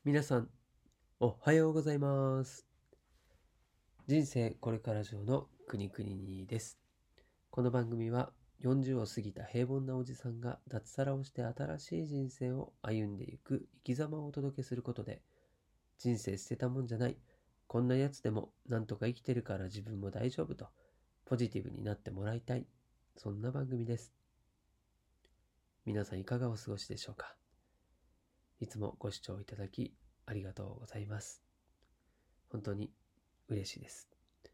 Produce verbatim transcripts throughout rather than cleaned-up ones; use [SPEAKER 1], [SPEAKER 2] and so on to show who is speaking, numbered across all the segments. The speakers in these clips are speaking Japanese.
[SPEAKER 1] 皆さん、おはようございます。人生これから上のくにくににです。この番組はよんじゅうを過ぎた平凡なおじさんが脱サラをして新しい人生を歩んでいく生き様をお届けすることで、人生捨てたもんじゃない、こんなやつでもなんとか生きてるから自分も大丈夫とポジティブになってもらいたい、そんな番組です。皆さんいかがお過ごしでしょうか。いつもご視聴いただきありがとうございます。本当に嬉しいです。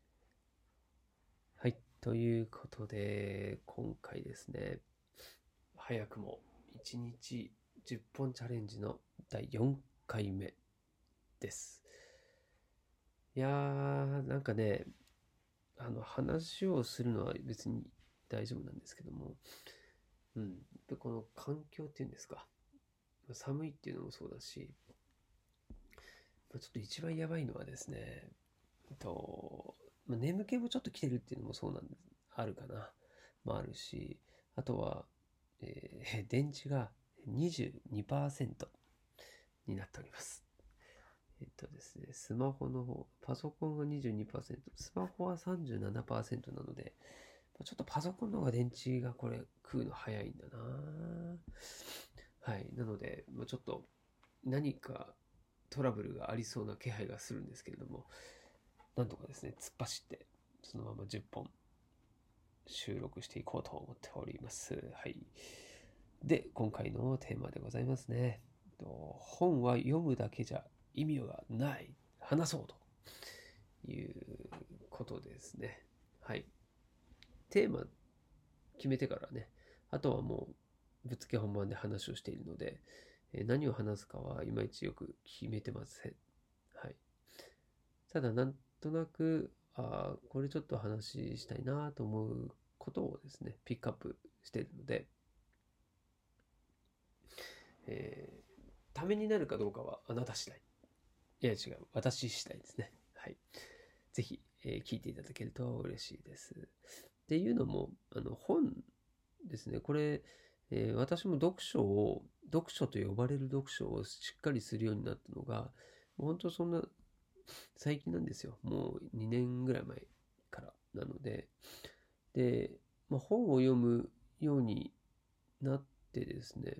[SPEAKER 1] はい。ということで、今回ですね、早くもいちにちじゅっぽんチャレンジのだいよんかいめです。いやー、なんかね、あの、話をするのは別に大丈夫なんですけども、うん。やっぱこの環境っていうんですか、寒いっていうのもそうだし、ちょっと一番やばいのはですね、えっと、まあ、眠気もちょっと来てるっていうのもそうなんです、あるかな。まああるし、あとは、えー電池がにじゅうにパーセントになっております。えっとですね、スマホの方、パソコンがにじゅうにパーセント、スマホはさんじゅうななパーセントなので、ちょっとパソコンの方が電池がこれ食うの早いんだな。はい。なので、まあ、ちょっと何かトラブルがありそうな気配がするんですけれども、なんとかですね、突っ走って、そのままじゅっぽん収録していこうと思っております。はい。で、今回のテーマでございますね。本は読むだけじゃ意味がない。話そうということですね。はい。テーマ決めてからね、あとはもうぶっつけ本番で話をしているので、え何を話すかはいまいちよく決めてません。はい。ただ、なんとなく、あこれちょっと話したいなと思うことをですね、ピックアップしているので、えーためになるかどうかはあなた次第。いや違う、私次第ですね。はい。ぜひ、えー聞いていただけると嬉しいです。っていうのも、あの、本ですね。これ、えー私も読書を、読書と呼ばれる読書をしっかりするようになったのが、本当そんな最近なんですよ。もうにねんぐらい前からなので、で、まあ、本を読むようになってですね、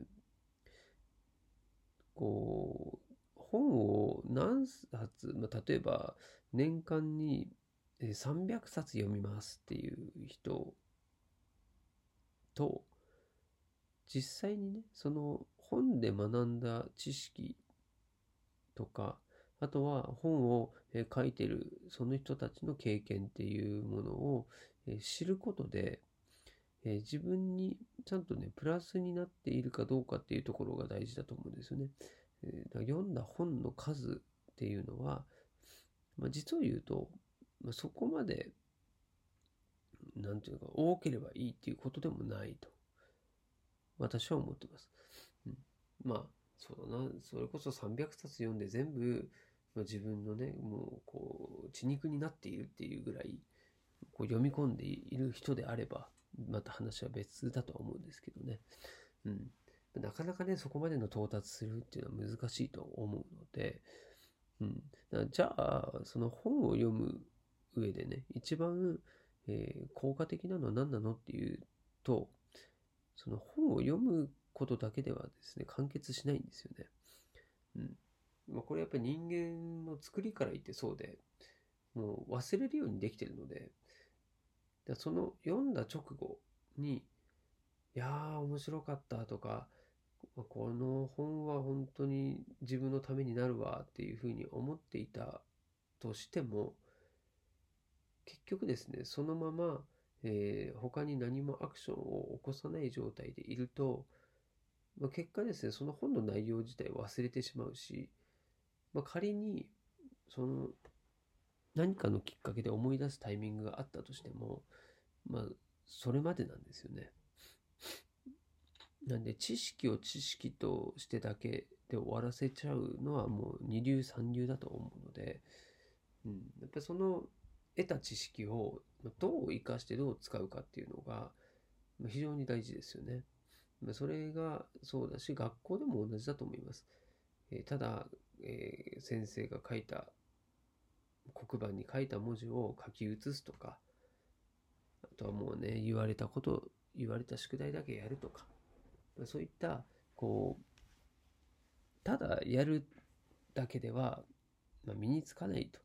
[SPEAKER 1] こう、本を何冊、まあ、例えば年間にさんびゃくさつ読みますっていう人と、実際にね、その本で学んだ知識とか、あとは本を書いてるその人たちの経験っていうものを知ることで、自分にちゃんとね、プラスになっているかどうかっていうところが大事だと思うんですよね。だから読んだ本の数っていうのは、まあ、実を言うと、まあ、そこまで、なんていうか、多ければいいっていうことでもないと、私は思ってます。うん、まあ、そうだな、それこそさんびゃくさつ読んで全部、まあ、自分のね、もう、こう、血肉になっているっていうぐらい、こう読み込んでいる人であれば、また話は別だとは思うんですけどね。うん。なかなかね、そこまでの到達するっていうのは難しいと思うので、うん。じゃあ、その本を読む上でね、一番、えー効果的なのは何なのっていうと、その本を読むことだけではですね、完結しないんですよね。うん。まあ、これやっぱり人間の作りから言ってそうで、もう忘れるようにできてるので、その読んだ直後に、いやー面白かったとか、この本は本当に自分のためになるわっていうふうに思っていたとしても、結局ですね、そのまま、えー他に何もアクションを起こさない状態でいると、まあ、結果ですね、その本の内容自体を忘れてしまうし、まあ、仮に、その何かのきっかけで思い出すタイミングがあったとしても、まあ、それまでなんですよね。なんで、知識を知識としてだけで終わらせちゃうのはもう二流三流だと思うので、うん、やっぱりその得た知識をどう生かしてどう使うかっていうのが非常に大事ですよね。それがそうだし、学校でも同じだと思います。 えーただ、えー先生が書いた黒板に書いた文字を書き写すとか、あとはもうね、言われたこと、言われた宿題だけやるとか、そういった、こう、ただやるだけでは、まあ、身につかないと。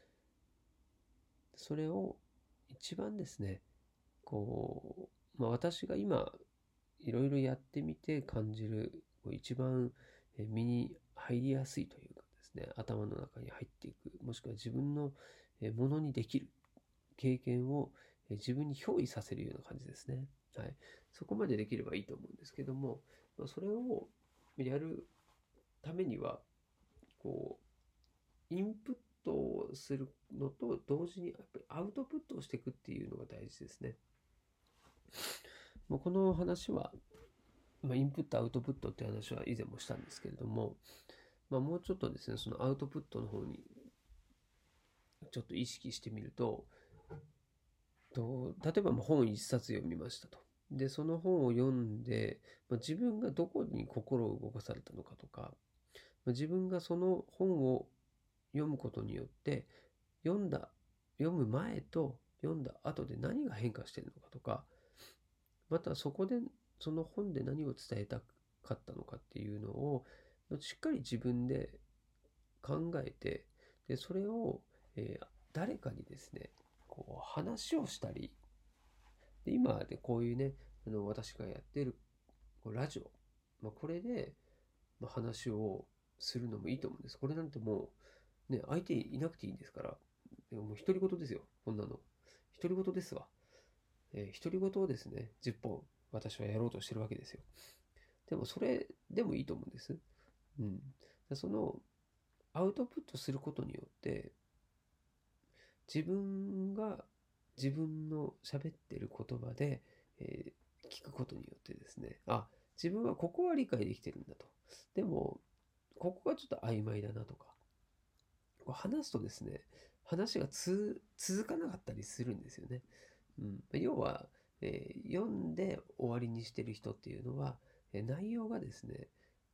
[SPEAKER 1] それを一番ですね、こう、まあ、私が今、いろいろやってみて感じる、一番身に入りやすいというかですね、頭の中に入っていく、もしくは自分のものにできる経験を自分に憑依させるような感じですね。はい。そこまでできればいいと思うんですけども、それをやるためには、こう、インプットをするのと同時にやっぱりアウトプットをしていくっていうのが大事ですね。もうこの話は、まあ、インプットアウトプットって話は以前もしたんですけれども、まあ、もうちょっとですね、そのアウトプットの方にちょっと意識してみると、と例えば本一冊読みましたと。で、その本を読んで、まあ、自分がどこに心を動かされたのかとか、まあ、自分がその本を読むことによって、読んだ、読む前と読んだ後で何が変化しているのかとか、またそこで、その本で何を伝えたかったのかっていうのを、しっかり自分で考えて、で、それを、えー誰かにですね、こう話をしたり、で今でこういうね、あの私がやっているこうラジオ、まあ、これで、まあ、話をするのもいいと思うんです。これなんてもう、ね、相手いなくていいんですから、でももう独り言ですよ、こんなの。独り言ですわ。えー、独り言をですね、じゅっぽん私はやろうとしてるわけですよ。でもそれでもいいと思うんです。うん。そのアウトプットすることによって、自分が自分の喋ってる言葉で、えー聞くことによってですね、あ、自分はここは理解できてるんだと。でも、ここがちょっと曖昧だなとか、こう話すとですね、話がつ続かなかったりするんですよね。うん、要は、えー読んで終わりにしてる人っていうのは、えー内容がですね、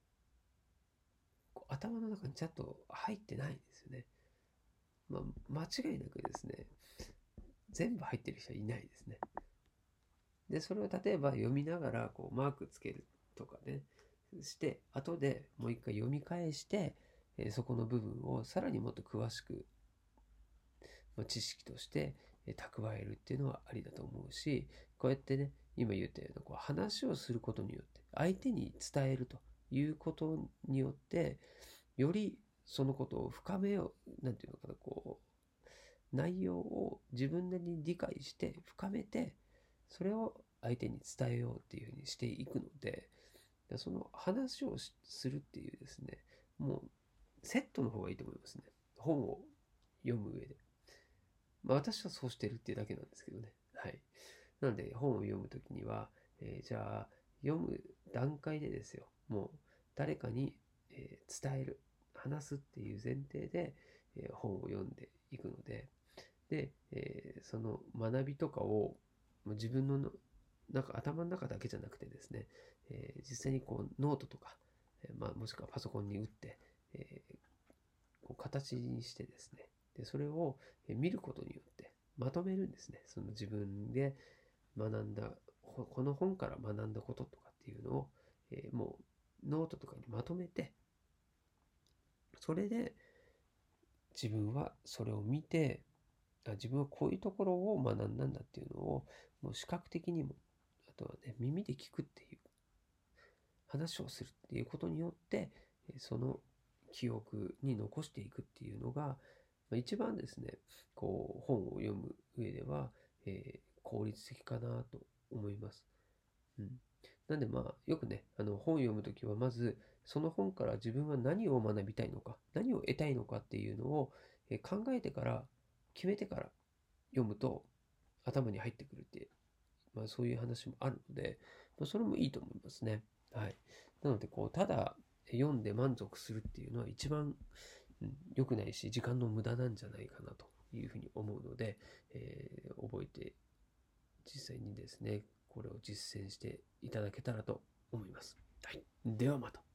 [SPEAKER 1] こう頭の中にちゃんと入ってないんですよね。まあ、間違いなくですね、全部入ってる人はいないですね。で、それを例えば読みながらこうマークつけるとかね、して、後でもう一回読み返して、えーそこの部分をさらにもっと詳しく、まあ、知識として蓄えるっていうのはありだと思うし、こうやってね、今言ったようなこう話をすることによって、相手に伝えるということによって、よりそのことを深めよう、なんていうのかな、こう、内容を自分なりに理解して深めて、それを相手に伝えようっていうふうにしていくので、その話をするっていうですね、もうセットの方がいいと思いますね。本を読む上で。まあ私はそうしてるっていうだけなんですけどね。はい。なので本を読むときには、えーじゃあ読む段階でですよ、もう誰かに、えー伝える、話すっていう前提で、えー本を読んでいくので、で、えーその学びとかをもう自分ののなんか頭の中だけじゃなくてですね、えー実際にこうノートとか、えーまあ、もしくはパソコンに打って、えーこう形にしてですね、でそれを見ることによってまとめるんですね。その自分で学んだ、この本から学んだこととかっていうのを、えーもうノートとかにまとめて、それで自分はそれを見て、あ、自分はこういうところを学んだんだっていうのを、もう視覚的にも、あとはね、耳で聞くっていう話をするっていうことによって、その記憶に残していくっていうのが、一番ですね、こう、本を読む上では、えー効率的かなと思います。うん。なんでまあ、よくね、あの本を読むときはまず、その本から自分は何を学びたいのか、何を得たいのかっていうのをえー考えてから、決めてから読むと頭に入ってくるって、まあそういう話もあるので、まあ、それもいいと思いますね。はい。なので、こう、ただ読んで満足するっていうのは一番、うん、良くないし、時間の無駄なんじゃないかなというふうに思うので、えー覚えて、実際にですね、これを実践していただけたらと思います。はい。ではまた。